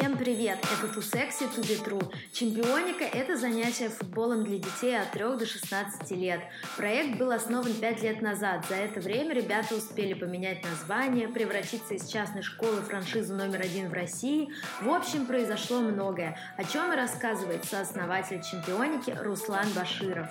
Всем привет! Это Too Sexy to be True. Чемпионика – это занятие футболом для детей от 3 до 16 лет. Проект был основан 5 лет назад. За это время ребята успели поменять название, превратиться из частной школы в франшизу номер 1 в России. В общем, произошло многое, о чем и рассказывает сооснователь Чемпионики Руслан Баширов.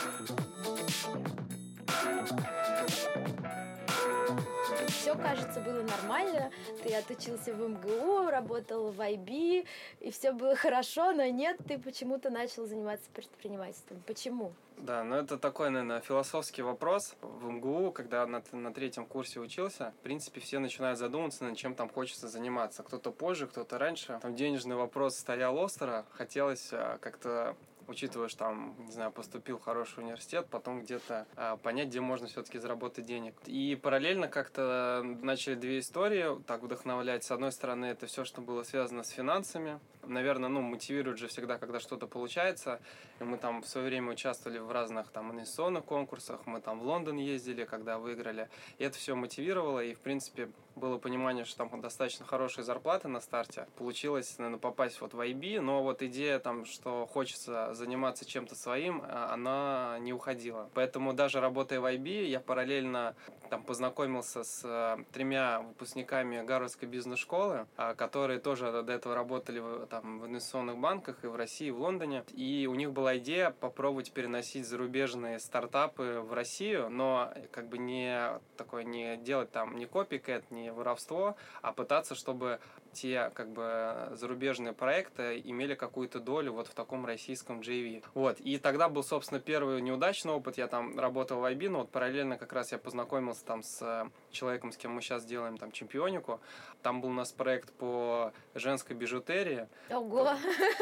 Все, кажется, было нормально. Ты отучился в МГУ, работал в IB, и все было хорошо, но нет, ты почему-то начал заниматься предпринимательством. Почему? Да, это такой, наверное, философский вопрос. В МГУ, когда на 3-м курсе учился, в принципе, все начинают задумываться, над чем там хочется заниматься. Кто-то позже, кто-то раньше. Там денежный вопрос стоял остро, хотелось как-то, учитывая, что там, не знаю, поступил в хороший университет, потом где-то понять, где можно все-таки заработать денег. И параллельно как-то начали две истории так вдохновлять. С одной стороны, это все, что было связано с финансами. Наверное, мотивирует же всегда, когда что-то получается. И мы там в свое время участвовали в разных там инвестиционных конкурсах, мы там в Лондон ездили, когда выиграли. И это все мотивировало, и, в принципе, было понимание, что там достаточно хорошие зарплаты на старте. Получилось, наверное, попасть вот в IB, но вот идея там, что хочется заниматься чем-то своим, она не уходила. Поэтому даже работая в IB, я параллельно там познакомился с 3 выпускниками Гарвардской бизнес-школы, которые тоже до этого работали в инвестиционных банках и в России, и в Лондоне. И у них была идея попробовать переносить зарубежные стартапы в Россию, но как бы не делать там не копикэт, не воровство, а пытаться, чтобы те как бы зарубежные проекты имели какую-то долю вот в таком российском JV. Вот. И тогда был, собственно, первый неудачный опыт. Я там работал в IB, но вот параллельно как раз я познакомился там с человеком, с кем мы сейчас делаем там чемпионику. Там был у нас проект по женской бижутерии. Ого,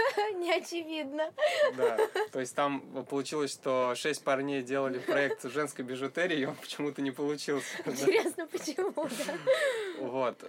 не очевидно. Да, то есть там получилось, что 6 парней делали проект женской бижутерии, и он почему-то не получился. Интересно, почему, да? Вот.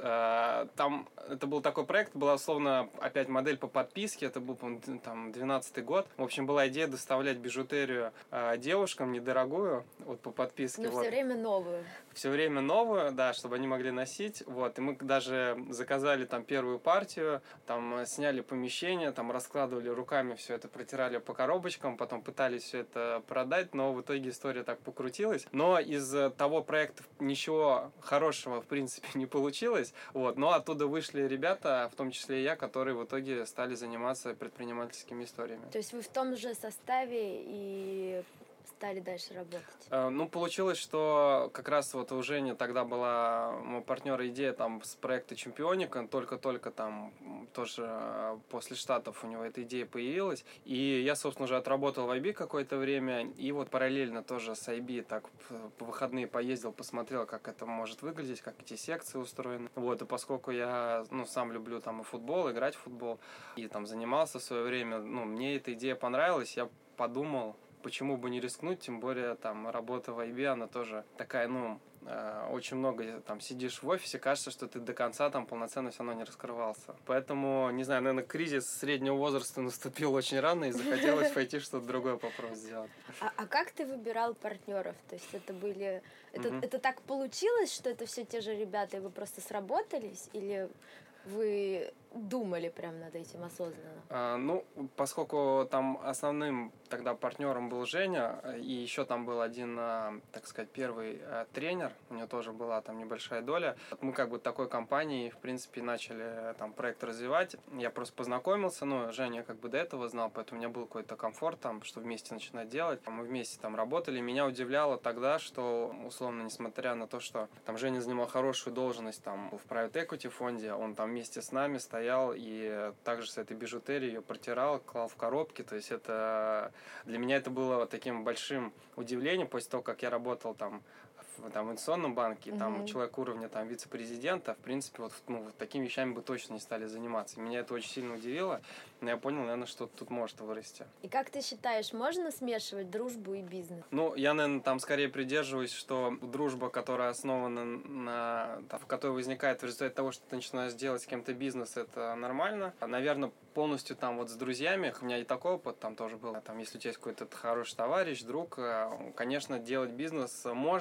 Там это был такой проект, была условно опять модель по подписке, это был, там, 12-й год. В общем, была идея доставлять бижутерию девушкам недорогую, вот по подписке. Но все время новую. Все время новую, да, чтобы они могли носить. Вот. И мы даже заказали там первую партию, там сняли помещение, там раскладывали руками, все это протирали по коробочкам, потом пытались все это продать, но в итоге история так покрутилась. Но из того проекта ничего хорошего, в принципе, не получилось. Вот. Но оттуда вышли ребята, в том числе и я, которые в итоге стали заниматься предпринимательскими историями. То есть вы в том же составе и стали дальше работать? Получилось, что как раз вот у Жени тогда была у моего партнера идея там с проекта Чемпионика, только-только там тоже после Штатов у него эта идея появилась. И я, собственно, уже отработал в IB какое-то время, и вот параллельно тоже с IB так по выходные поездил, посмотрел, как это может выглядеть, как эти секции устроены. Вот, и поскольку я, сам люблю там и футбол, играть в футбол, и там занимался в свое время, мне эта идея понравилась, я подумал, почему бы не рискнуть, тем более там работа в IB, она тоже такая, очень много там сидишь в офисе, кажется, что ты до конца там полноценно все равно не раскрывался. Поэтому, не знаю, наверное, кризис среднего возраста наступил очень рано и захотелось пойти что-то другое попробовать сделать. А как ты выбирал партнеров? То есть это были... Это так получилось, что это все те же ребята, и вы просто сработались? Или вы думали прям над этим осознанно? Поскольку там основным тогда партнером был Женя, и еще там был один, так сказать, первый тренер, у него тоже была там небольшая доля. Мы как бы такой компанией, в принципе, начали там проект развивать. Я просто познакомился, Женя как бы до этого знал, поэтому у меня был какой-то комфорт там, что вместе начинать делать. Мы вместе там работали. Меня удивляло тогда, что, условно, несмотря на то, что там Женя занимал хорошую должность там в private equity фонде, он там вместе с нами стоял и также с этой бижутерией ее протирал, клал в коробки. То есть это для меня это было таким большим удивлением после того, как я работал там в инвестиционном банке, там человек уровня там вице-президента, в принципе, вот такими вещами бы точно не стали заниматься. И меня это очень сильно удивило, но я понял, наверное, что тут может вырасти. И как ты считаешь, можно смешивать дружбу и бизнес? Я, наверное, там скорее придерживаюсь, что дружба, которая основана в которой возникает в результате того, что ты начинаешь делать с кем-то бизнес, это нормально. Наверное, полностью там вот с друзьями, у меня и такой опыт там тоже был. Там, если у тебя есть какой-то хороший товарищ, друг, конечно, делать бизнес можно, но это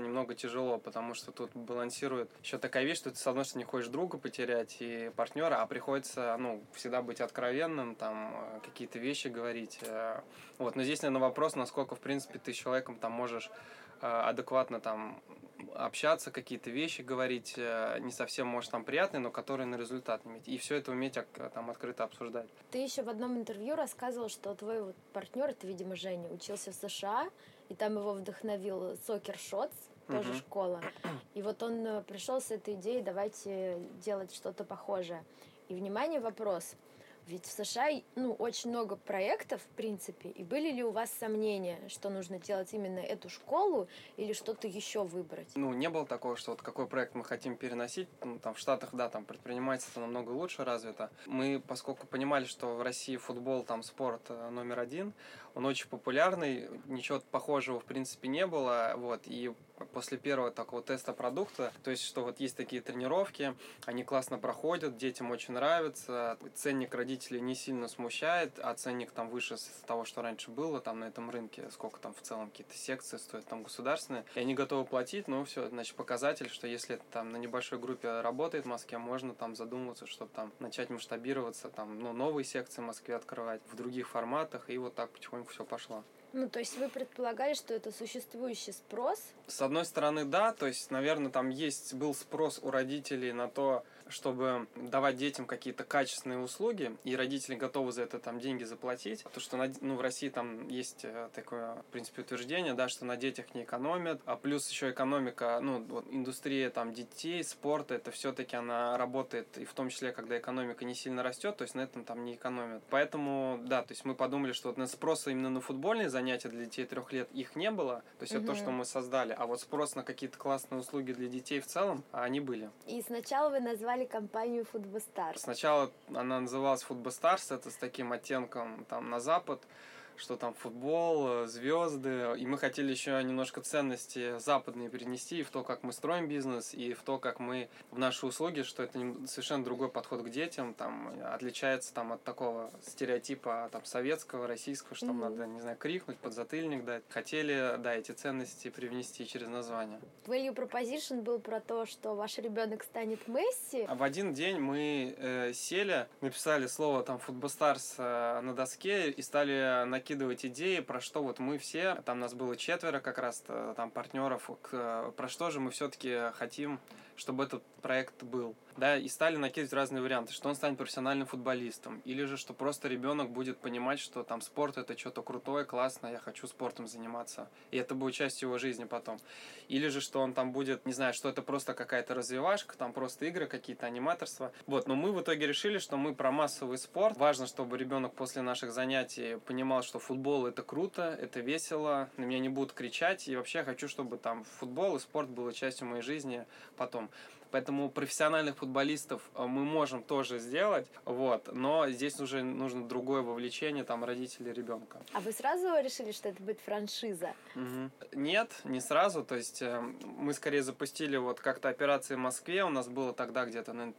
немного тяжело, потому что тут балансирует еще такая вещь, что ты, с одной стороны, не хочешь друга потерять и партнера, а приходится, всегда быть откровенным, там, какие-то вещи говорить. Вот. Но здесь, наверное, вопрос, насколько, в принципе, ты с человеком там можешь адекватно там общаться, какие-то вещи говорить, не совсем, может, там приятные, но которые на результат иметь. И все это уметь там открыто обсуждать. Ты еще в одном интервью рассказывал, что твой вот партнер, это, видимо, Женя, учился в США, и там его вдохновил Soccer Shots, тоже школа. И вот он пришел с этой идеей, давайте делать что-то похожее. И, внимание, вопрос. Ведь в США, очень много проектов, в принципе, и были ли у вас сомнения, что нужно делать именно эту школу или что-то еще выбрать? Не было такого, что вот какой проект мы хотим переносить. Там в Штатах, да, там предпринимательство намного лучше развито. Мы, поскольку понимали, что в России футбол, там спорт номер один, он очень популярный, ничего похожего, в принципе, не было, вот, и после первого такого теста продукта, то есть, что вот есть такие тренировки, они классно проходят, детям очень нравится, ценник родителей не сильно смущает, а ценник там выше того, что раньше было, там на этом рынке, сколько там в целом какие-то секции стоят, там государственные, и они готовы платить, все, значит, показатель, что если там на небольшой группе работает в Москве, можно там задумываться, чтобы там начать масштабироваться, там, новые секции в Москве открывать в других форматах, и вот так потихоньку все пошло. То есть вы предполагали, что это существующий спрос? С одной стороны, да, то есть, наверное, там был спрос у родителей на то, чтобы давать детям какие-то качественные услуги, и родители готовы за это там деньги заплатить. То, что в России там есть такое, в принципе, утверждение, да, что на детях не экономят, а плюс еще экономика, индустрия там детей, спорта, это все-таки она работает, и в том числе, когда экономика не сильно растет, то есть на этом там не экономят. Поэтому, да, то есть мы подумали, что вот на спроса именно на футбольные занятия для детей 3 лет их не было, то есть это то, что мы создали, а вот спрос на какие-то классные услуги для детей в целом, они были. И сначала вы назвали компанию Football Сначала она называлась Football Stars, это с таким оттенком там на запад, что там футбол, звезды, и мы хотели еще немножко ценности западные перенести и в то, как мы строим бизнес, и в то, как мы в наши услуги, что это совершенно другой подход к детям, там отличается там от такого стереотипа там советского, российского, что там надо, не знаю, крикнуть, подзатыльник дать. Хотели, да, эти ценности привнести через название. Value Proposition был про то, что ваш ребенок станет Месси. В один день мы сели, написали слово там Football Stars на доске и стали накидывать идеи, про что вот мы все, там нас было 4 как раз там партнеров, про что же мы все-таки хотим, чтобы этот проект был. Да, и стали накидывать разные варианты, что он станет профессиональным футболистом, или же, что просто ребенок будет понимать, что там спорт это что-то крутое, классное, я хочу спортом заниматься, и это будет частью его жизни потом. Или же, что он там будет, не знаю, что это просто какая-то развивашка, там просто игры, какие-то аниматорства. Вот, но мы в итоге решили, что мы про массовый спорт. Важно, чтобы ребенок после наших занятий понимал, что футбол это круто, это весело, на меня не будут кричать, и вообще хочу, чтобы там футбол и спорт было частью моей жизни потом. Поэтому профессиональных футболистов мы можем тоже сделать, вот, но здесь уже нужно другое вовлечение там родителей ребенка. А вы сразу решили, что это будет франшиза? Нет, не сразу, то есть мы скорее запустили вот как-то операции в Москве, у нас было тогда где-то, наверное,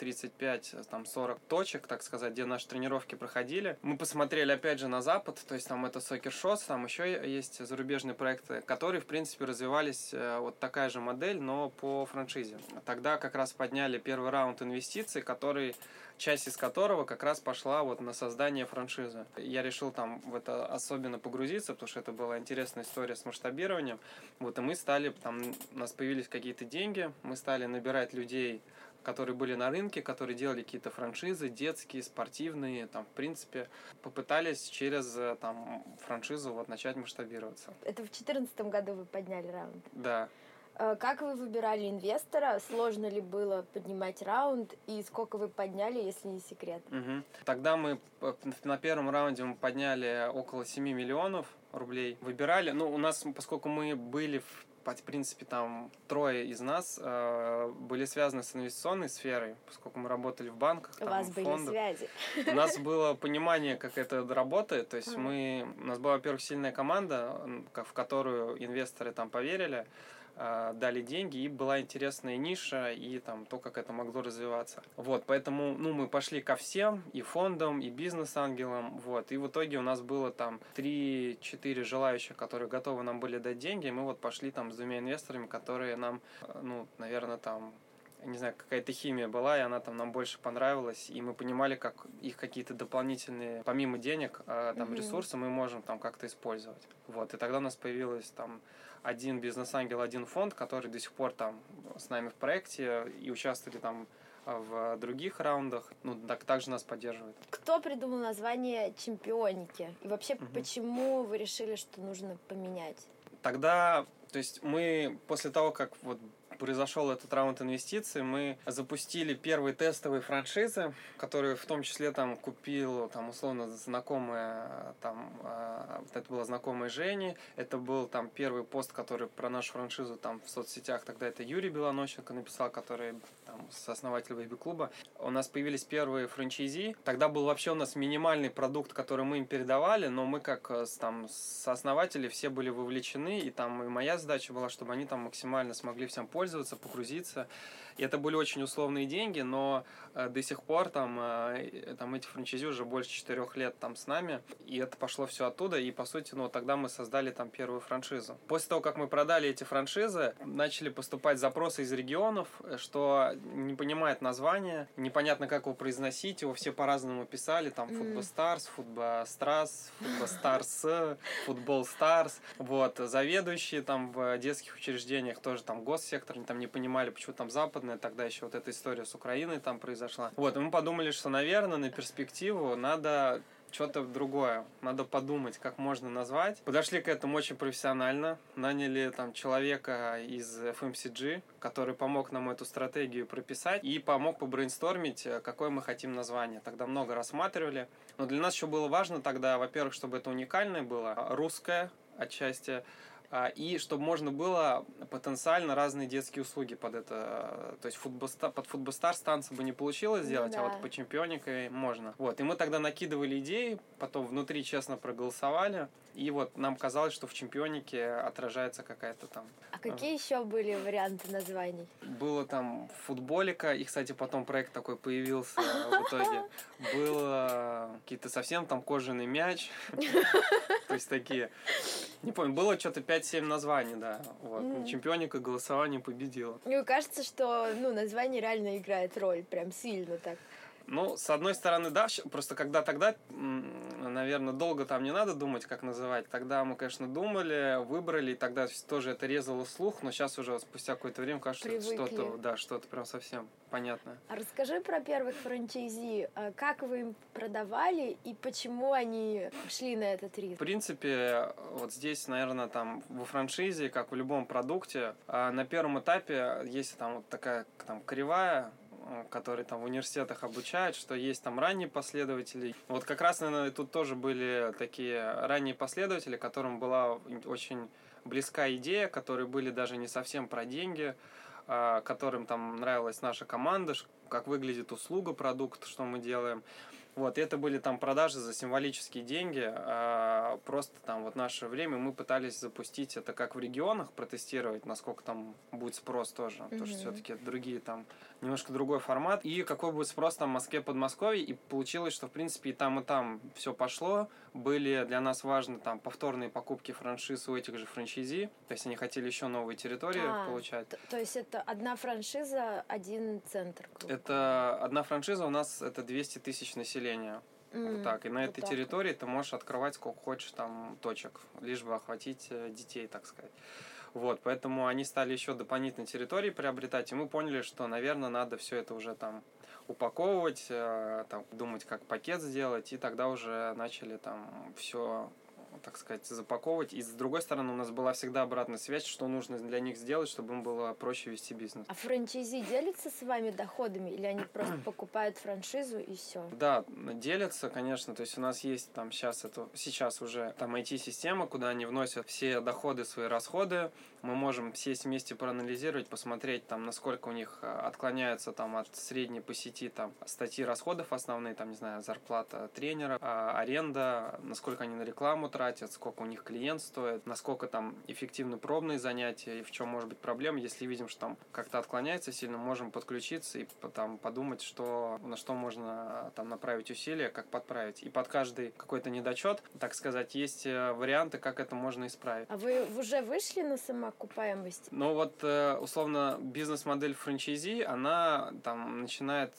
35-40 точек, так сказать, где наши тренировки проходили. Мы посмотрели опять же на Запад, то есть там это Soccer Shots, там еще есть зарубежные проекты, которые, в принципе, развивались вот такая же модель, но по франшизе. Тогда как раз подняли первый раунд инвестиций, часть из которого как раз пошла вот на создание франшизы. Я решил там в это особенно погрузиться, потому что это была интересная история с масштабированием. Вот, и мы стали, там у нас появились какие-то деньги, мы стали набирать людей, которые были на рынке, которые делали какие-то франшизы, детские, спортивные, там, в принципе, попытались через там франшизу вот начать масштабироваться. Это в 2014 году вы подняли раунд? Да. Как вы выбирали инвестора? Сложно ли было поднимать раунд? И сколько вы подняли, если не секрет? Тогда мы на первом раунде мы подняли около 7 миллионов рублей. Выбирали, у нас, поскольку мы были в принципе, там 3 из нас были связаны с инвестиционной сферой, поскольку мы работали в банках. У вас были связи. У нас было понимание, как это работает. То есть у нас была, во-первых, сильная команда, в которую инвесторы там поверили. дали деньги, и была интересная ниша, и там то, как это могло развиваться. Вот, поэтому, мы пошли ко всем, и фондам, и бизнес-ангелам, вот, и в итоге у нас было там 3-4 желающих, которые готовы нам были дать деньги, и мы вот пошли там с 2 инвесторами, которые нам, наверное, там, не знаю, какая-то химия была, и она там нам больше понравилась, и мы понимали, как их какие-то дополнительные, помимо денег, там, ресурсы мы можем там как-то использовать. Вот, и тогда у нас появилось там один бизнес-ангел, один фонд, который до сих пор там с нами в проекте и участвовали там в других раундах, также нас поддерживают. Кто придумал название «Чемпионики»? И вообще, почему вы решили, что нужно поменять? Тогда, то есть мы после того, как вот произошел этот раунд инвестиций, мы запустили первые тестовые франшизы, которые в том числе там купил там условно знакомая, там вот это была знакомая Жени, это был там первый пост, который про нашу франшизу там в соцсетях, тогда это Юрий Белонощенко написал, который там сооснователь Бэйби-клуба. У нас появились первые франчайзи, тогда был вообще у нас минимальный продукт, который мы им передавали, но мы как там сооснователи все были вовлечены, и там и моя задача была, чтобы они там максимально смогли всем пользоваться, погрузиться. И это были очень условные деньги, но до сих пор там эти франчайзи уже больше 4 лет там с нами, и это пошло все оттуда, и по сути, тогда мы создали там первую франшизу. После того, как мы продали эти франшизы, начали поступать запросы из регионов, что не понимают название, непонятно, как его произносить, его все по-разному писали, там Футбостарс, Футбострас, Футбостарс, Футбол Старс, вот, заведующие там в детских учреждениях тоже там госсектор, они там не понимали, почему там западная, тогда еще вот эта история с Украиной там произошла. Вот, и мы подумали, что, наверное, на перспективу надо что-то другое. Надо подумать, как можно назвать. Подошли к этому очень профессионально. Наняли там человека из FMCG, который помог нам эту стратегию прописать и помог побрейнстормить, какое мы хотим название. Тогда много рассматривали. Но для нас еще было важно тогда, во-первых, чтобы это уникальное было, русское отчасти, и чтобы можно было потенциально разные детские услуги под это. То есть под Футбостар станцию бы не получилось сделать, а вот по Чемпионике можно. Вот. И мы тогда накидывали идеи, потом внутри честно проголосовали, и вот нам казалось, что в Чемпионике отражается какая-то там... А какие еще были варианты названий? Было там Футболика, и, кстати, потом проект такой появился в итоге. Было какие-то совсем там кожаный мяч, то есть такие... Не помню, было что-то 5-7 названий, да. Вот. Чемпионика голосование победила. Мне кажется, что название реально играет роль, прям сильно так. С одной стороны, да, просто когда тогда, наверное, долго там не надо думать, как называть. Тогда мы, конечно, думали, выбрали, и тогда тоже это резало слух, но сейчас уже спустя какое-то время кажется, что-то прям совсем понятное. А расскажи про первых франчайзи. Как вы им продавали и почему они шли на этот риск? В принципе, вот здесь, наверное, там во франшизе, как в любом продукте, на первом этапе есть там вот такая там кривая, которые там в университетах обучают, что есть там ранние последователи. Вот как раз, наверное, тут тоже были такие ранние последователи, которым была очень близка идея, которые были даже не совсем про деньги, которым там нравилась наша команда, как выглядит услуга, продукт, что мы делаем. Вот, и это были там продажи за символические деньги, просто там вот наше время мы пытались запустить это как в регионах, протестировать, насколько там будет спрос тоже, потому что все-таки другие там, немножко другой формат, и какой будет спрос там в Москве, Подмосковье, и получилось, что в принципе и там все пошло, были для нас важны там повторные покупки франшиз у этих же франчайзи, то есть они хотели еще новые территории получать. То есть это одна франшиза, один центр? Это одна франшиза, у нас это 200 тысяч населения. Вот так. И на этой территории ты можешь открывать сколько хочешь там точек, лишь бы охватить детей, так сказать. Вот, поэтому они стали еще дополнительные территории приобретать, и мы поняли, что, наверное, надо все это уже там упаковывать, там, думать, как пакет сделать, и тогда уже начали там все, так сказать, запаковывать. И с другой стороны, у нас была всегда обратная связь, что нужно для них сделать, чтобы им было проще вести бизнес. А франчайзи делятся с вами доходами или они просто покупают франшизу и все? Да, делятся, конечно. То есть у нас есть там сейчас уже там IT-система, куда они вносят все доходы, свои расходы. Мы можем сесть вместе проанализировать, посмотреть там, насколько у них отклоняются там от средней по сети там статьи расходов основные, там, не знаю, зарплата тренера, аренда, насколько они на рекламу тратят, платят, сколько у них клиент стоит, насколько там эффективны пробные занятия и в чем может быть проблема. Если видим, что там как-то отклоняется сильно, можем подключиться и там подумать, на что можно там направить усилия, как подправить. И под каждый какой-то недочет, так сказать, есть варианты, как это можно исправить. А вы уже вышли на самоокупаемость? Ну вот, условно, бизнес-модель франчайзи, она там начинает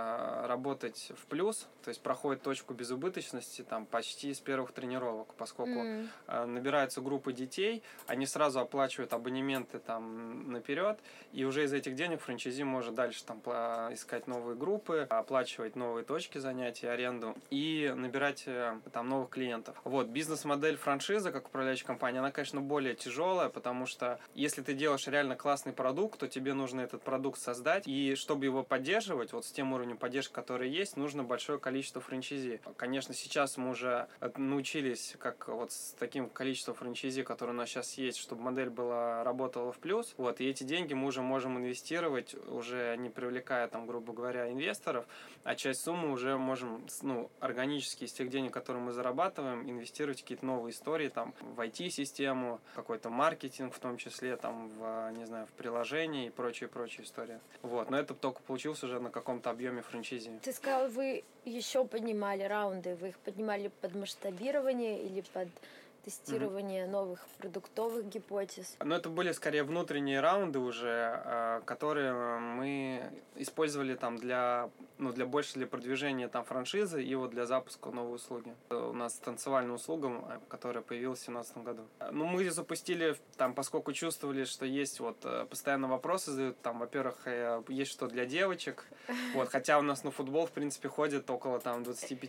работать в плюс, то есть проходит точку безубыточности там почти с первых тренировок, поскольку набираются группы детей, они сразу оплачивают абонементы там наперед, и уже из этих денег франчайзи может дальше там искать новые группы, оплачивать новые точки занятий, аренду и набирать там новых клиентов. Вот, бизнес-модель франшизы, как управляющая компания, она, конечно, более тяжелая, потому что если ты делаешь реально классный продукт, то тебе нужно этот продукт создать, и чтобы его поддерживать, вот с тем уровнем поддержки, который есть, нужно большое количество франчайзи. Конечно, сейчас мы уже научились, как вот с таким количеством франчайзи, которое у нас сейчас есть, чтобы модель работала в плюс, вот, и эти деньги мы уже можем инвестировать, уже не привлекая там, грубо говоря, инвесторов, а часть суммы уже можем, органически из тех денег, которые мы зарабатываем, инвестировать в какие-то новые истории, там, в IT-систему, какой-то маркетинг, в том числе, там, в приложении и прочие истории. Вот, но это только получилось уже на каком-то объеме франчайзи. Ты сказал, вы еще поднимали раунды, вы их поднимали под масштабирование или под тестирование новых продуктовых гипотез? Но это были скорее внутренние раунды уже, которые мы использовали там для продвижения там франшизы и вот для запуска новой услуги. У нас танцевальная услуга, которая появилась в 2017 году. Мы запустили там, поскольку чувствовали, что есть вот постоянно вопросы задают, там, во-первых, есть что для девочек, вот, хотя у нас на футбол, в принципе, ходит около там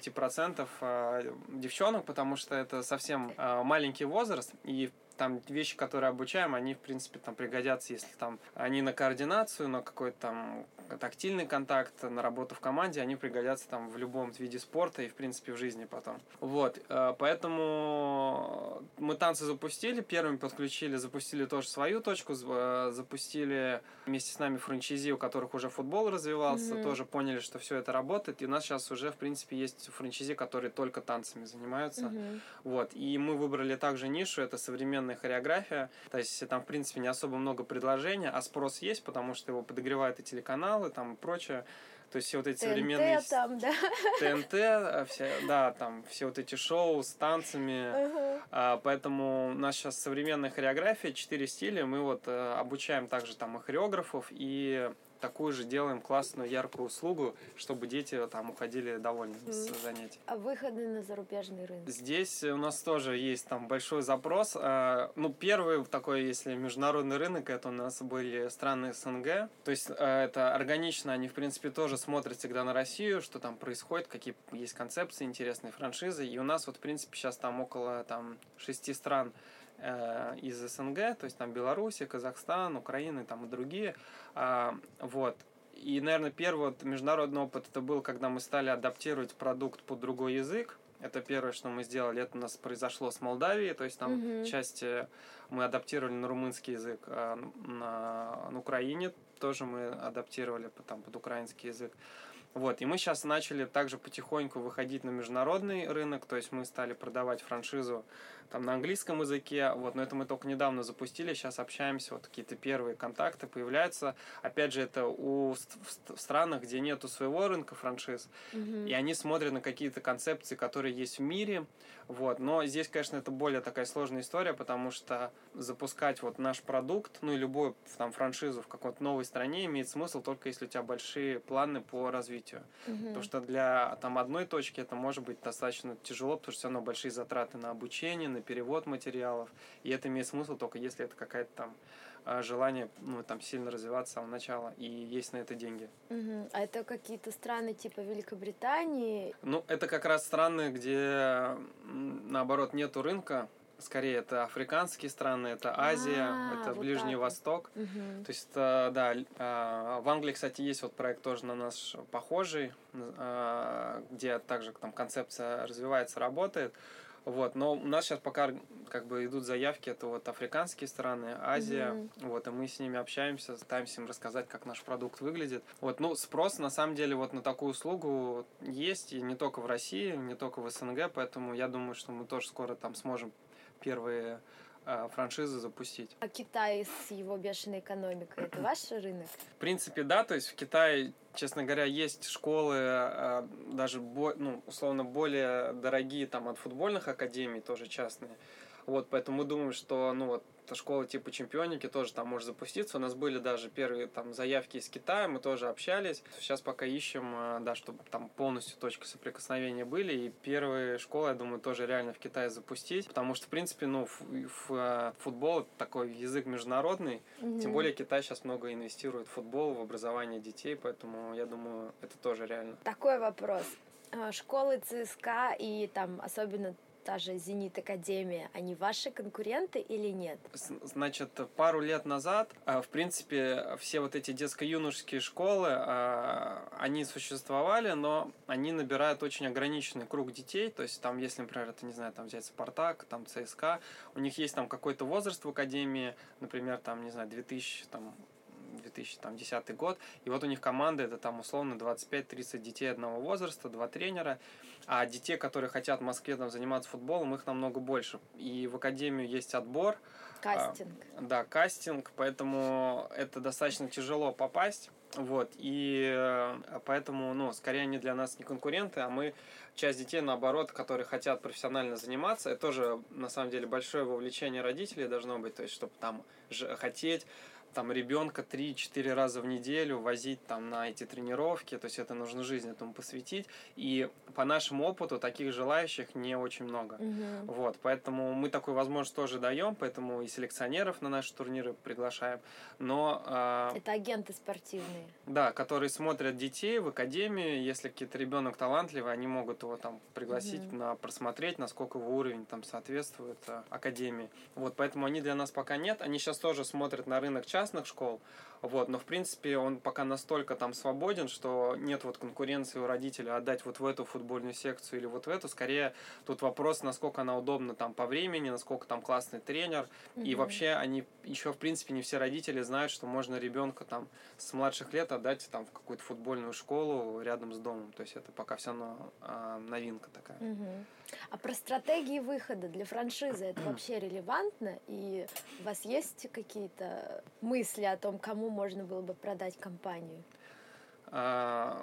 25% девчонок, потому что это совсем маленький возраст, и там вещи, которые обучаем, они, в принципе, там пригодятся, если там они на координацию, на какой-то там тактильный контакт, на работу в команде, они пригодятся там в любом виде спорта и, в принципе, в жизни потом. Вот, поэтому мы танцы запустили, первыми запустили тоже свою точку, запустили вместе с нами франчайзи, у которых уже футбол развивался, тоже поняли, что все это работает, и у нас сейчас уже, в принципе, есть франчайзи, которые только танцами занимаются. Вот, и мы выбрали также нишу, это современная хореография, то есть там, в принципе, не особо много предложений, а спрос есть, потому что его подогревают и телеканалы, там и прочее. То есть все вот эти современные... там, да? ТНТ, все вот эти шоу с танцами. Поэтому у нас сейчас современная хореография, 4 стиля. Мы вот обучаем также там и хореографов, и такую же делаем классную, яркую услугу, чтобы дети там уходили довольны с занятий. А выходы на зарубежный рынок? Здесь у нас тоже есть там большой запрос. Первый такой, если международный рынок, это у нас были страны СНГ. То есть это органично, они в принципе тоже смотрят всегда на Россию, что там происходит, какие есть концепции, интересные франшизы. И у нас вот в принципе сейчас там около 6 стран из СНГ, то есть там Беларусь, Казахстан, Украина там и другие. Вот. И, наверное, первый международный опыт это был, когда мы стали адаптировать продукт под другой язык. Это первое, что мы сделали. Это у нас произошло с Молдавией, то есть там часть мы адаптировали на румынский язык, на Украине тоже мы адаптировали под украинский язык. Вот, и мы сейчас начали также потихоньку выходить на международный рынок, то есть мы стали продавать франшизу там на английском языке, вот, но это мы только недавно запустили, сейчас общаемся, вот какие-то первые контакты появляются. Опять же, это в странах, где нету своего рынка франшиз, и они смотрят на какие-то концепции, которые есть в мире, вот, но здесь, конечно, это более такая сложная история, потому что запускать вот наш продукт, и любую там франшизу в какой-то новой стране имеет смысл только если у тебя большие планы по развитию. Потому что для там одной точки это может быть достаточно тяжело, потому что все равно большие затраты на обучение, на перевод материалов, и это имеет смысл только если это какая-то там желание сильно развиваться с самого начала, и есть на это деньги. А это какие-то страны типа Великобритании? Это как раз страны, где наоборот нету рынка. Скорее, это африканские страны, это Азия, это вот Ближний Восток. То есть, в Англии, кстати, есть вот проект тоже на наш похожий, где также там концепция развивается, работает. Вот, но у нас сейчас пока как бы идут заявки, это вот африканские страны, Азия, вот, и мы с ними общаемся, пытаемся им рассказать, как наш продукт выглядит. Вот, ну, спрос, на самом деле, вот на такую услугу есть, и не только в России, не только в СНГ, поэтому я думаю, что мы тоже скоро там сможем первые франшизы запустить. А Китай с его бешеной экономикой — это ваш рынок? В принципе, да, то есть в Китае, честно говоря, есть школы даже, ну, условно, более дорогие там от футбольных академий, тоже частные. Вот, поэтому мы думаем, что, ну, вот, школа типа Чемпионики тоже там может запуститься. У нас были даже первые там заявки из Китая, мы тоже общались. Сейчас пока ищем, да, чтобы там полностью точки соприкосновения были. И первые школы, я думаю, тоже реально в Китае запустить. Потому что, в принципе, ну, футбол — это такой язык международный. Тем более Китай сейчас много инвестирует в футбол, в образование детей. Поэтому, я думаю, это тоже реально. Такой вопрос. Школы ЦСКА и там особенно та же «Зенит Академия», они ваши конкуренты или нет? Значит, пару лет назад, в принципе, все вот эти детско-юношеские школы, они существовали, но они набирают очень ограниченный круг детей. То есть там, если, например, это, не знаю, там взять «Спартак», там ЦСКА, у них есть там какой-то возраст в академии, например, там, не знаю, 2010 год, и вот у них команда, это там условно 25-30 детей одного возраста, 2 тренера, а детей, которые хотят в Москве там заниматься футболом, их намного больше. И в академию есть отбор. Кастинг. Да, кастинг, поэтому это достаточно тяжело попасть. Вот, и поэтому, ну, скорее они для нас не конкуренты, а мы часть детей, наоборот, которые хотят профессионально заниматься. Это тоже, на самом деле, большое вовлечение родителей должно быть, то есть, чтобы там хотеть там ребенка 3-4 раза в неделю возить там на эти тренировки, то есть это нужно жизнь этому посвятить, и по нашему опыту таких желающих не очень много. Вот, поэтому мы такую возможность тоже даем, поэтому и селекционеров на наши турниры приглашаем, но... это агенты спортивные. Да, которые смотрят детей в академии, если какой-то ребенок талантливый, они могут его там пригласить на просмотреть, насколько его уровень там соответствует академии. Вот, поэтому они для нас пока нет, они сейчас тоже смотрят на рынок частных школ, вот, но в принципе он пока настолько там свободен, что нет вот конкуренции у родителей отдать вот в эту футбольную секцию или вот в эту. Скорее тут вопрос, насколько она удобна там по времени, насколько там классный тренер. И вообще они еще в принципе не все родители знают, что можно ребенка там с младших лет отдать там в какую-то футбольную школу рядом с домом. То есть это пока все равно новинка такая. А про стратегии выхода для франшизы это вообще релевантно? И у вас есть какие-то мысли о том, кому можно было бы продать компанию? В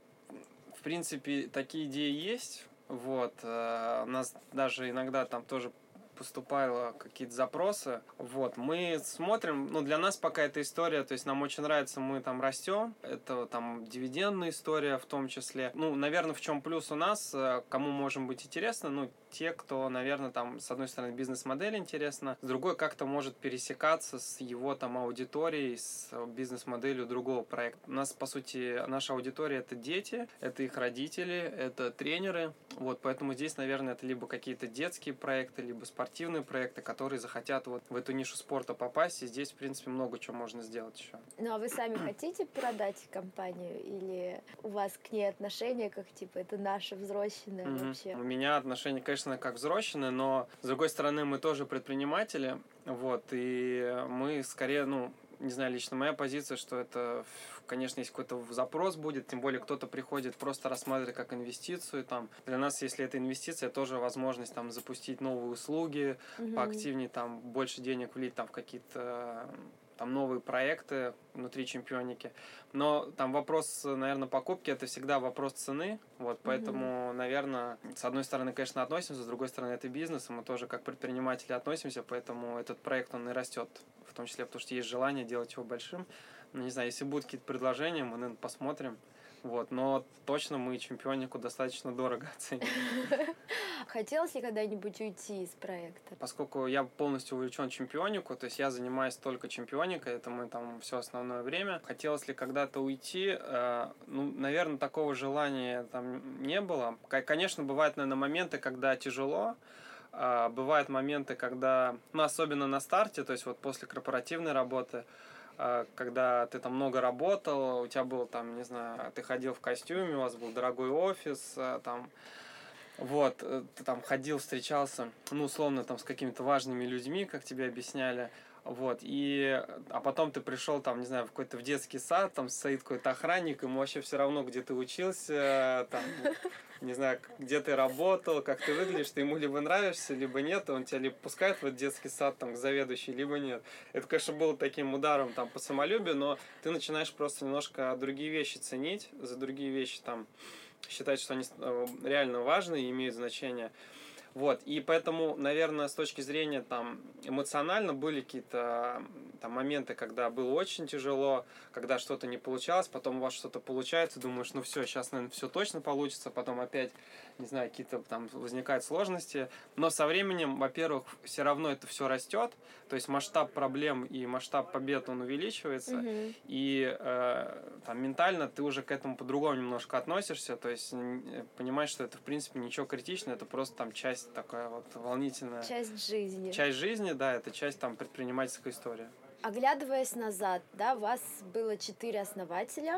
принципе, такие идеи есть. Вот. У нас даже иногда там тоже поступало какие-то запросы. Вот. Мы смотрим, ну, для нас пока эта история, то есть нам очень нравится, мы там растем. Это там дивидендная история в том числе. Ну, наверное, в чем плюс у нас, кому можем быть интересно, ну, те, кто, наверное, там, с одной стороны, бизнес-модель интересна, с другой как-то может пересекаться с его там аудиторией, с бизнес-моделью другого проекта. У нас, по сути, наша аудитория — это дети, это их родители, это тренеры. Вот, поэтому здесь, наверное, это либо какие-то детские проекты, либо спортивные проекты, которые захотят вот в эту нишу спорта попасть, и здесь, в принципе, много чего можно сделать еще. Ну, а вы сами хотите продать компанию, или у вас к ней отношение, как, типа, это наша взросленная вообще? У меня отношение, конечно, как взросленные, но, с другой стороны, мы тоже предприниматели, вот, и мы скорее, ну, не знаю, лично моя позиция, что это, конечно, если какой-то запрос будет, тем более кто-то приходит просто рассматривать как инвестицию, там, для нас, если это инвестиция, тоже возможность там запустить новые услуги, поактивнее там больше денег влить там в какие-то там новые проекты внутри Чемпионики. Но там вопрос, наверное, покупки — это всегда вопрос цены. Вот, поэтому, наверное, с одной стороны, конечно, относимся, с другой стороны, это бизнес, и мы тоже как предприниматели относимся, поэтому этот проект, он и растет, в том числе, потому что есть желание делать его большим. Ну, не знаю, если будут какие-то предложения, мы, наверное, посмотрим. Вот, но точно мы Чемпионику достаточно дорого оценим. Хотелось ли когда-нибудь уйти из проекта? Поскольку я полностью увлечен Чемпионику, то есть я занимаюсь только Чемпионикой, это мы там все основное время. Хотелось ли когда-то уйти? Ну, наверное, такого желания там не было. Конечно, бывают, наверное, моменты, когда тяжело. Бывают моменты, когда, ну, особенно на старте, то есть вот после корпоративной работы, когда ты там много работал, у тебя был там, не знаю, ты ходил в костюме, у вас был дорогой офис, там Вот, ты там ходил, встречался, ну, условно, там, с какими-то важными людьми, как тебе объясняли, вот, а потом ты пришел, там, не знаю, в какой-то в детский сад, там, стоит какой-то охранник, ему вообще все равно, где ты учился, там, не знаю, где ты работал, как ты выглядишь, ты ему либо нравишься, либо нет, и он тебя либо пускает в этот детский сад, там, к заведующей, либо нет. Это, конечно, было таким ударом, там, по самолюбию, но ты начинаешь просто немножко другие вещи ценить, за другие вещи, там, считать, что они реально важны и имеют значение. Вот, и поэтому, наверное, с точки зрения там эмоционально были какие-то там моменты, когда было очень тяжело, когда что-то не получалось, потом у вас что-то получается, думаешь, ну все, сейчас, наверное, все точно получится, потом опять, не знаю, какие-то там возникают сложности, но со временем, во-первых, все равно это все растет, то есть масштаб проблем и масштаб побед, он увеличивается, и там ментально ты уже к этому по-другому немножко относишься, то есть понимаешь, что это, в принципе, ничего критичного, это просто там часть такая вот волнительная. Часть жизни. Часть жизни, да, это часть там предпринимательской истории. Оглядываясь назад, да, вас было 4 основателя.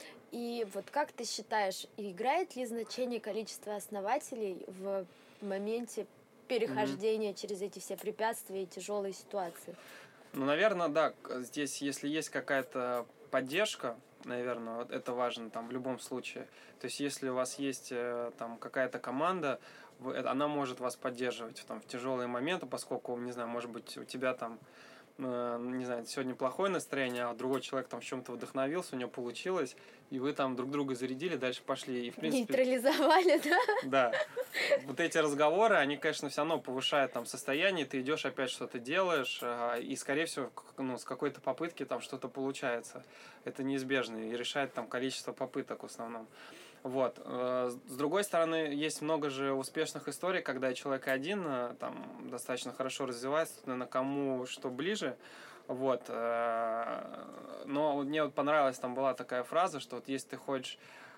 И вот как ты считаешь, играет ли значение количество основателей в моменте перехождения через эти все препятствия и тяжелые ситуации? Ну, наверное, да, здесь, если есть какая-то поддержка, наверное, вот это важно там в любом случае. То есть, если у вас есть там какая-то команда, она может вас поддерживать там, в тяжелые моменты, поскольку, не знаю, может быть, у тебя там, не знаю, сегодня плохое настроение, а другой человек там в чем-то вдохновился, у него получилось, и вы там друг друга зарядили, дальше пошли. И, в принципе, нейтрализовали, да? Да. Вот эти разговоры, они, конечно, все равно повышают там состояние, ты идешь опять что-то делаешь, и, скорее всего, ну, с какой-то попытки там что-то получается. Это неизбежно, и решает там количество попыток в основном. Вот. С другой стороны, есть много же успешных историй, когда человек один там достаточно хорошо развивается, наверное, кому что ближе. Вот. Но мне вот понравилась, там была такая фраза, что вот если ты хочешь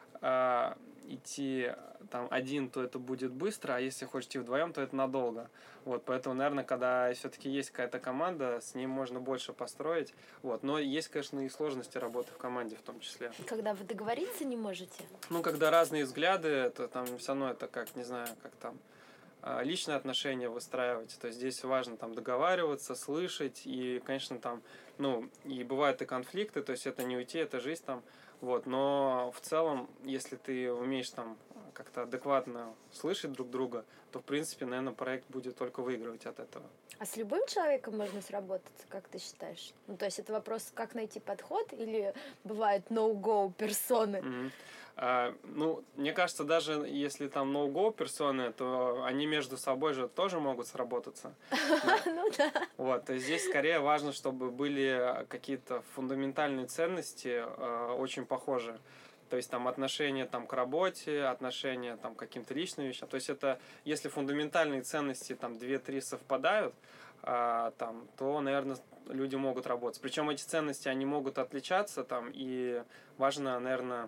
идти там один, то это будет быстро, а если хочешь идти вдвоем, то это надолго. Вот, поэтому, наверное, когда все-таки есть какая-то команда, с ней можно больше построить. Вот, но есть, конечно, и сложности работы в команде в том числе. Когда вы договориться не можете? Ну, когда разные взгляды, это там все равно это как, не знаю, как там личные отношения выстраивать. То есть здесь важно там договариваться, слышать, и, конечно, там, ну, и бывают и конфликты, то есть это не уйти, это жизнь там. Вот, но в целом, если ты умеешь там как-то адекватно слышать друг друга, то, в принципе, наверное, проект будет только выигрывать от этого. А с любым человеком можно сработаться, как ты считаешь? Ну, то есть это вопрос, как найти подход, или бывают no-go персоны? Ну, мне кажется, даже если там no-go персоны, то они между собой же тоже могут сработаться. Ну да. Вот, то есть здесь скорее важно, чтобы были какие-то фундаментальные ценности очень похожи. То есть там отношение там, к работе, отношение там, к каким-то личным вещам. То есть это, если фундаментальные ценности там 2-3 совпадают, там, то, наверное, люди могут работать. Причем эти ценности, они могут отличаться, там, и важно, наверное,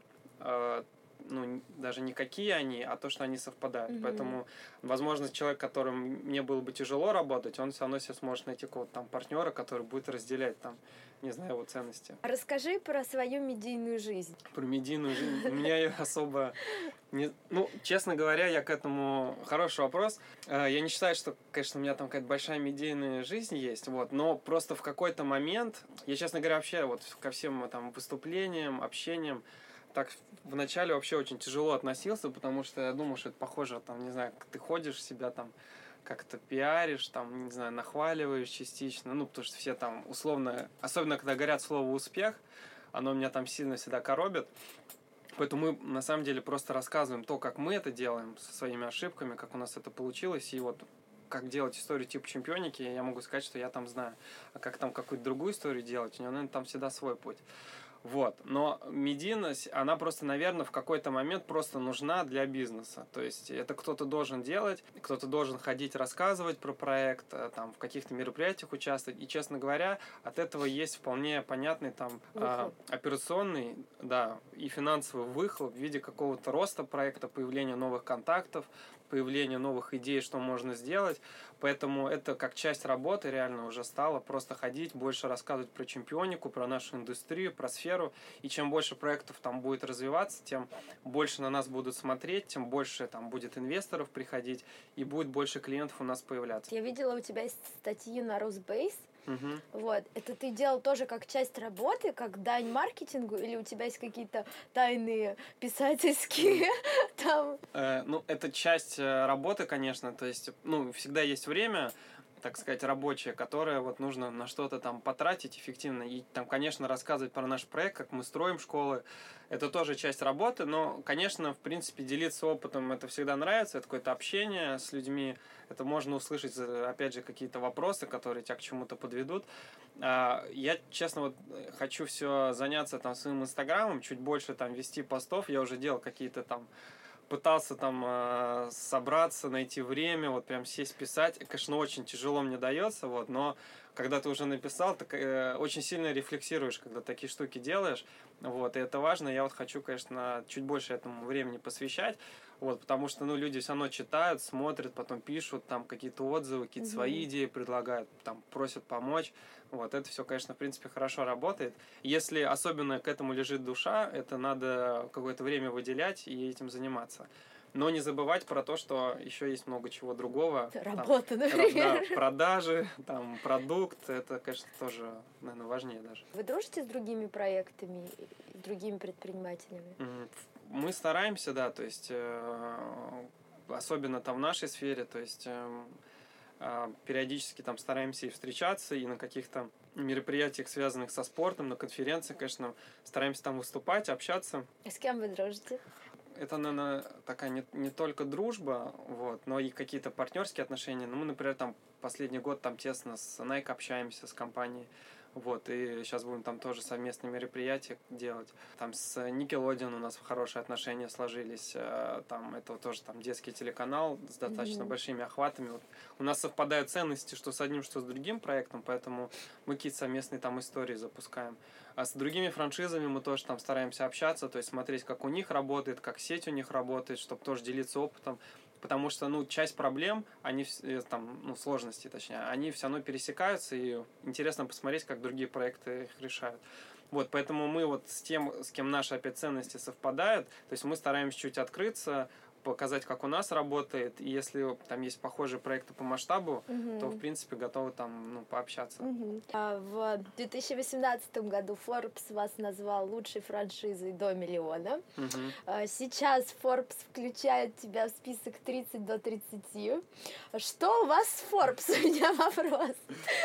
ну, даже не какие они, а то, что они совпадают. Поэтому, возможно, человек, которым мне было бы тяжело работать, он все равно себе сможет найти какого-то там партнера, который будет разделять там, не знаю, его ценности. Расскажи про свою медийную жизнь. Про медийную жизнь. У меня ее особо... Ну, честно говоря, я к этому... Хороший вопрос. Я не считаю, что, конечно, у меня там какая-то большая медийная жизнь есть, вот, но просто в какой-то момент... Я, честно говоря, вообще вот ко всем там выступлениям, общениям так вначале вообще очень тяжело относился, потому что я думал, что это похоже, там, не знаю, ты ходишь себя там как-то пиаришь, там, не знаю, нахваливаешь частично, ну, потому что все там условно, особенно когда говорят слово «успех», оно меня там сильно всегда коробит. Поэтому мы, на самом деле, просто рассказываем то, как мы это делаем, со своими ошибками, как у нас это получилось, и вот как делать историю типа «Чемпионики», я могу сказать, что я там знаю. А как там какую-то другую историю делать, у него, наверное, там всегда свой путь. Вот. Но медийность, она просто, наверное, в какой-то момент просто нужна для бизнеса. То есть это кто-то должен делать, кто-то должен ходить рассказывать про проект, там, в каких-то мероприятиях участвовать. И, честно говоря, от этого есть вполне понятный там операционный, да, и финансовый выхлоп в виде какого-то роста проекта, появления новых контактов, появление новых идей, что можно сделать. Поэтому это как часть работы реально уже стало. Просто ходить, больше рассказывать про чемпионику, про нашу индустрию, про сферу. И чем больше проектов там будет развиваться, тем больше на нас будут смотреть, тем больше там будет инвесторов приходить, и будет больше клиентов у нас появляться. Я видела, у тебя есть статьи на Росбейс. Угу. Вот. Это ты делал тоже как часть работы, как дань маркетингу, или у тебя есть какие-то тайные писательские там? Ну, это часть работы, конечно. То есть, ну, всегда есть время, так сказать, рабочее, которое вот нужно на что-то там потратить эффективно. И там, конечно, рассказывать про наш проект, как мы строим школы, это тоже часть работы, но, конечно, в принципе, делиться опытом это всегда нравится, это какое-то общение с людьми, это можно услышать, опять же, какие-то вопросы, которые тебя к чему-то подведут. Я, честно, вот хочу все заняться там своим инстаграмом, чуть больше там вести постов, я уже делал какие-то там, пытался там собраться, найти время, вот прям сесть писать. Конечно, очень тяжело мне дается, вот, но когда ты уже написал, так очень сильно рефлексируешь, когда такие штуки делаешь, вот, и это важно. Я вот хочу, конечно, чуть больше этому времени посвящать, вот, потому что, ну, люди все равно читают, смотрят, потом пишут там какие-то отзывы, какие-то свои идеи предлагают, там, просят помочь. Вот, это все, конечно, в принципе, хорошо работает. Если особенно к этому лежит душа, это надо какое-то время выделять и этим заниматься. Но не забывать про то, что еще есть много чего другого. Работа, там, например. Да, продажи, там, продукт, это, конечно, тоже, наверное, важнее даже. Вы дружите с другими проектами, с другими предпринимателями? Мы стараемся, да, то есть, особенно там в нашей сфере, то есть, периодически там стараемся и встречаться, и на каких-то мероприятиях, связанных со спортом, на конференциях, конечно, стараемся там выступать, общаться. С кем вы дружите? Это, наверное, такая не только дружба, вот, но и какие-то партнерские отношения. Ну, мы, например, там последний год там тесно с Nike общаемся, с компанией. Вот, и сейчас будем там тоже совместные мероприятия делать. Там с Nickelodeon у нас хорошие отношения сложились. Там это тоже там детский телеканал с достаточно большими охватами. Вот. У нас совпадают ценности, что с одним, что с другим проектом, поэтому мы какие-то совместные там истории запускаем. А с другими франшизами мы тоже там стараемся общаться, то есть смотреть, как у них работает, как сеть у них работает, чтобы тоже делиться опытом. Потому что, ну, часть проблем, они там, ну, сложности, точнее, они все равно пересекаются, и интересно посмотреть, как другие проекты их решают. Вот, поэтому мы вот с тем, с кем наши опять ценности совпадают, то есть мы стараемся чуть открыться, показать, как у нас работает, и если там есть похожие проекты по масштабу, то, в принципе, готовы там, ну, пообщаться. В 2018 году Forbes вас назвал лучшей франшизой до миллиона. Сейчас Forbes включает тебя в список 30 до 30. Что у вас с Forbes? У меня вопрос.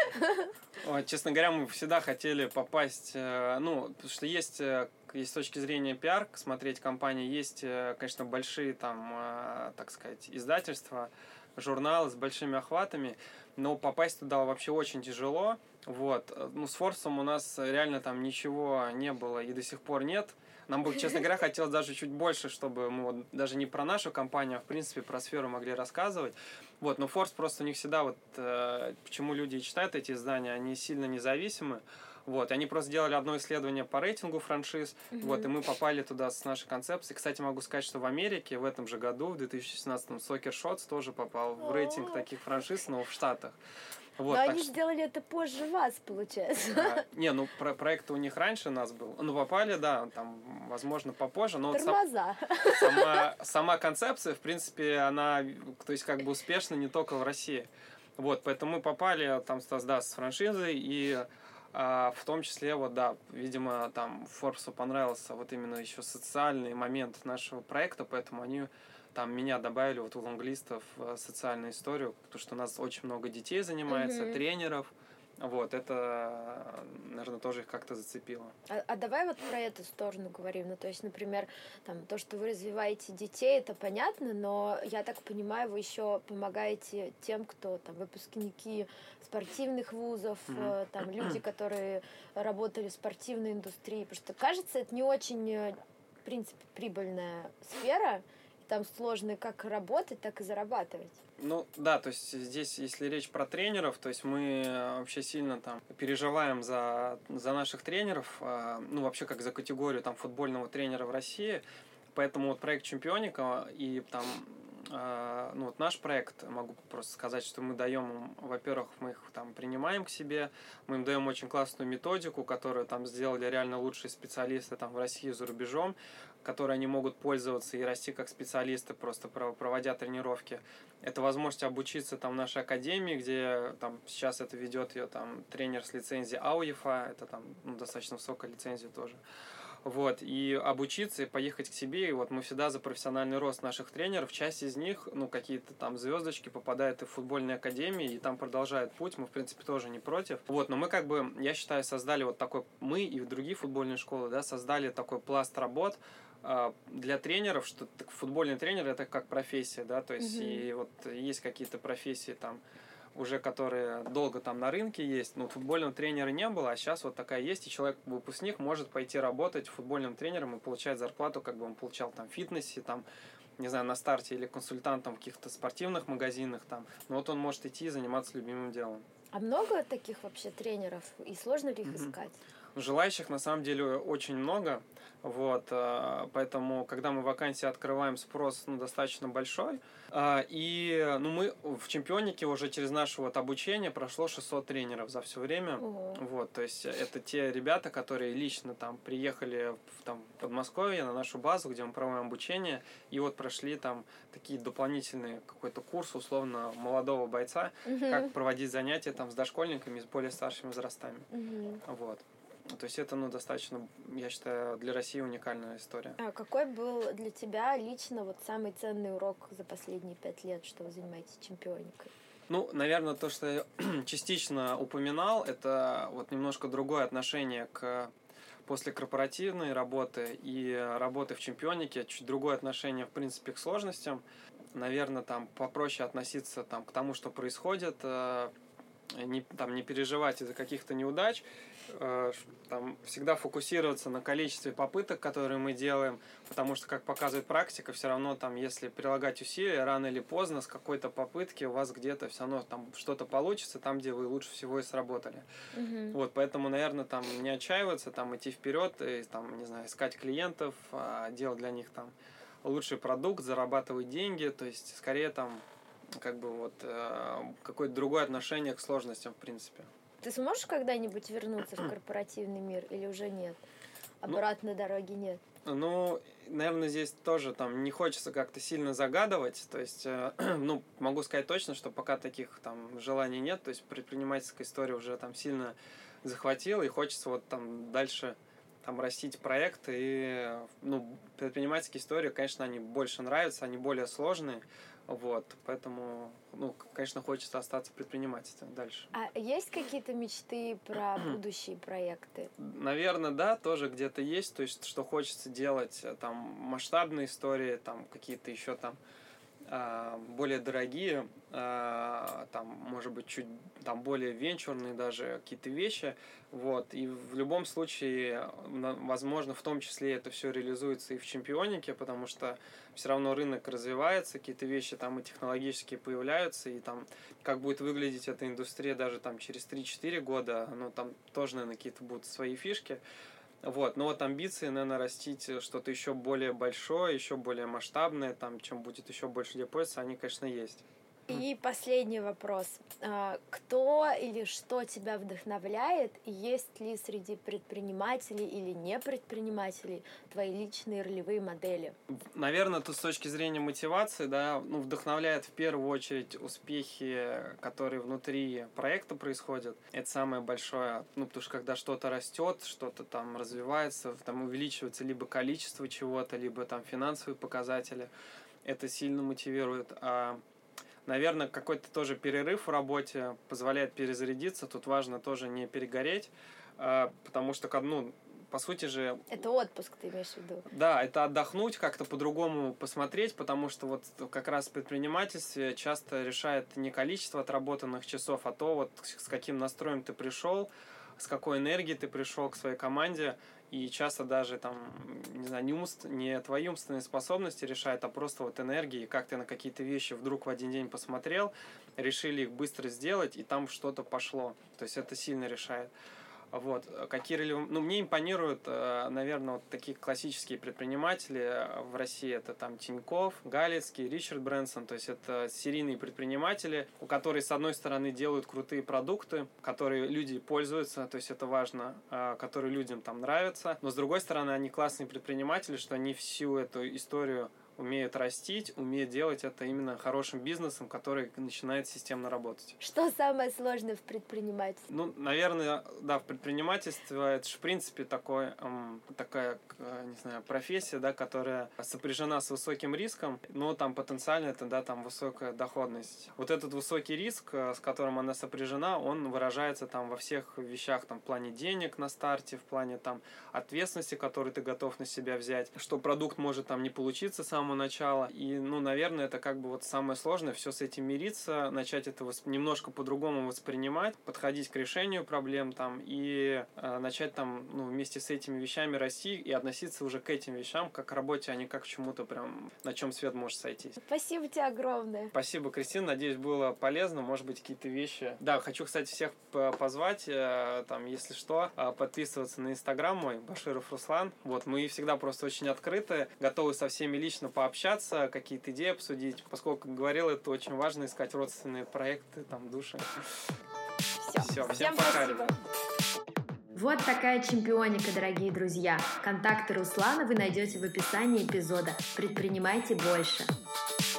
Честно говоря, мы всегда хотели попасть, ну, потому что есть с точки зрения пиар, смотреть компании, есть, конечно, большие там, так сказать, издательства, журналы с большими охватами, но попасть туда вообще очень тяжело. Вот. Ну, с Форбсом у нас реально там ничего не было и до сих пор нет. Нам бы, честно говоря, хотелось даже чуть больше, чтобы мы вот даже не про нашу компанию, а в принципе про сферу могли рассказывать. Вот, но Forbes просто у них всегда вот, почему люди читают эти издания, они сильно независимы. Вот, и они просто сделали одно исследование по рейтингу франшиз, вот, и мы попали туда с нашей концепцией. Кстати, могу сказать, что в Америке в этом же году, в 2017-м, Soccer Shots тоже попал в рейтинг таких франшиз, но в Штатах. Вот, но они сделали это позже вас, получается. Не, ну проект у них раньше нас был. Ну, попали, да, там, возможно, попозже. Но тормоза. Сама концепция, в принципе, она, то есть, как бы успешна не только в России. Вот, поэтому мы попали там, да, с франшизой, и в том числе, вот, да, видимо, там Форбсу понравился вот именно еще социальный момент нашего проекта, поэтому они там меня добавили вот в лонглистов социальную историю, потому что у нас очень много детей занимается, тренеров. Вот, это, наверное, тоже их как-то зацепило. А давай вот про эту сторону говорим. Ну, то есть, например, там, то, что вы развиваете детей, это понятно, но, я так понимаю, вы еще помогаете тем, кто там выпускники спортивных вузов, там, люди, которые работали в спортивной индустрии. Потому что, кажется, это не очень, в принципе, прибыльная сфера. Там сложно как работать, так и зарабатывать. Ну да, то есть здесь, если речь про тренеров, то есть мы вообще сильно там переживаем за наших тренеров, ну вообще как за категорию там футбольного тренера в России, поэтому вот проект Чемпионика и там ну вот наш проект, могу просто сказать, что мы даем им, во-первых, мы их там принимаем к себе, мы им даем очень классную методику, которую там сделали реально лучшие специалисты там в России и за рубежом, которой они могут пользоваться и расти как специалисты, просто проводя тренировки. Это возможность обучиться там в нашей академии, где там сейчас это ведет ее там тренер с лицензией АУЕФА, это там достаточно высокая лицензия тоже. Вот, и обучиться, и поехать к себе, и вот мы всегда за профессиональный рост наших тренеров. Часть из них, ну, какие-то там звездочки попадают и в футбольные академии, и там продолжают путь, мы, в принципе, тоже не против. Вот, но мы как бы, я считаю, создали вот такой, мы и другие футбольные школы, да, создали такой пласт работ для тренеров, что футбольный тренер это как профессия, да, то есть и вот есть какие-то профессии там, уже которые долго там на рынке есть, но футбольного тренера не было, а сейчас вот такая есть, и человек, выпускник, может пойти работать футбольным тренером и получать зарплату, как бы он получал там в фитнесе, там, не знаю, на старте или консультантом в каких-то спортивных магазинах там, но вот он может идти и заниматься любимым делом. А много таких вообще тренеров, и сложно ли их искать? Желающих на самом деле очень много, вот, поэтому, когда мы вакансии открываем, спрос достаточно большой, и мы в Чемпионике уже через наше вот обучение прошло 600 тренеров за все время, вот, то есть это те ребята, которые лично там приехали в Подмосковье на нашу базу, где мы проводим обучение, и вот прошли там такие дополнительные какой-то курс условно молодого бойца, как проводить занятия там с дошкольниками, с более старшими возрастами, вот. То есть это, достаточно, я считаю, для России уникальная история. А какой был для тебя лично вот самый ценный урок за последние 5 лет, что вы занимаетесь Чемпионикой? Наверное, то, что я частично упоминал, это вот немножко другое отношение после корпоративной работы и работы в Чемпионике, чуть другое отношение, в принципе, к сложностям. Наверное, там попроще относиться там, к тому, что происходит, не переживать из-за каких-то неудач, там, всегда фокусироваться на количестве попыток, которые мы делаем, потому что, как показывает практика, все равно там, если прилагать усилия, рано или поздно с какой-то попытки у вас где-то все равно там что-то получится, там, где вы лучше всего и сработали. Вот, поэтому, наверное, там не отчаиваться, там идти вперед и там, не знаю, искать клиентов, делать для них там лучший продукт, зарабатывать деньги, то есть скорее там как бы вот какое-то другое отношение к сложностям, в принципе. Ты сможешь когда-нибудь вернуться в корпоративный мир или уже нет? Обратной дороги нет? Наверное, здесь тоже там не хочется как-то сильно загадывать. То есть, могу сказать точно, что пока таких там желаний нет. То есть предпринимательская история уже там сильно захватила, и хочется вот там дальше там растить проект. И предпринимательские истории, конечно, они больше нравятся, они более сложные. Вот, поэтому, конечно, хочется остаться предпринимателем дальше. А есть какие-то мечты про будущие проекты? Наверное, да, тоже где-то есть. То есть, что хочется делать, там, масштабные истории, там, какие-то еще там более дорогие, там, может быть, чуть там более венчурные даже какие-то вещи. Вот. И в любом случае, возможно, в том числе это все реализуется и в Чемпионике, потому что все равно рынок развивается, какие-то вещи там и технологические появляются, и там как будет выглядеть эта индустрия даже там через 3-4 года, там тоже, наверное, какие-то будут свои фишки. Вот, но вот амбиции, наверное, растить что-то еще более большое, еще более масштабное, там, чем будет еще больше людей пользоваться, они, конечно, есть. И последний вопрос. Кто или что тебя вдохновляет? И есть ли среди предпринимателей или не предпринимателей твои личные ролевые модели? Наверное, тут с точки зрения мотивации, да, вдохновляет в первую очередь успехи, которые внутри проекта происходят. Это самое большое, потому что когда что-то растет, что-то там развивается, там увеличивается либо количество чего-то, либо там финансовые показатели, это сильно мотивирует. Наверное, какой-то тоже перерыв в работе позволяет перезарядиться. Тут важно тоже не перегореть, потому что, по сути же... Это отпуск, ты имеешь в виду? Да, это отдохнуть, как-то по-другому посмотреть, потому что вот как раз в предпринимательстве часто решает не количество отработанных часов, а то вот с каким настроем ты пришел, с какой энергией ты пришел к своей команде. И часто даже там, не знаю, не твои умственные способности решают, а просто вот энергии, как ты на какие-то вещи вдруг в один день посмотрел, решили их быстро сделать, и там что-то пошло. То есть это сильно решает. Вот. Мне импонируют, наверное, вот такие классические предприниматели в России. Это там Тинькофф, Галицкий, Ричард Брэнсон. То есть это серийные предприниматели, у которых, с одной стороны, делают крутые продукты, которые люди пользуются, то есть это важно, которые людям там нравятся. Но, с другой стороны, они классные предприниматели, что они всю эту историю умеют растить, умеют делать это именно хорошим бизнесом, который начинает системно работать. Что самое сложное в предпринимательстве? Ну, наверное, да, в предпринимательстве это же, в принципе, такая, не знаю, профессия, да, которая сопряжена с высоким риском, но там потенциально это, да, там высокая доходность. Вот этот высокий риск, с которым она сопряжена, он выражается там во всех вещах, там, в плане денег на старте, в плане там ответственности, которую ты готов на себя взять, что продукт может там не получиться с самого начала. И, наверное, это как бы вот самое сложное, все с этим мириться, начать это немножко по-другому воспринимать, подходить к решению проблем там и начать там, вместе с этими вещами расти и относиться уже к этим вещам как к работе, а не как к чему-то прям, на чем свет может сойтись. Спасибо тебе огромное. Спасибо, Кристина. Надеюсь, было полезно. Может быть, какие-то вещи. Да, хочу, кстати, всех позвать, там, если что, подписываться на Инстаграм мой, Баширов Руслан. Вот, мы всегда просто очень открыты, готовы со всеми лично пообщаться, какие-то идеи обсудить. Поскольку, как говорил, это очень важно искать родственные проекты, там, души. Все. Всем пока. Вот такая чемпионика, дорогие друзья. Контакты Руслана вы найдете в описании эпизода. Предпринимайте больше.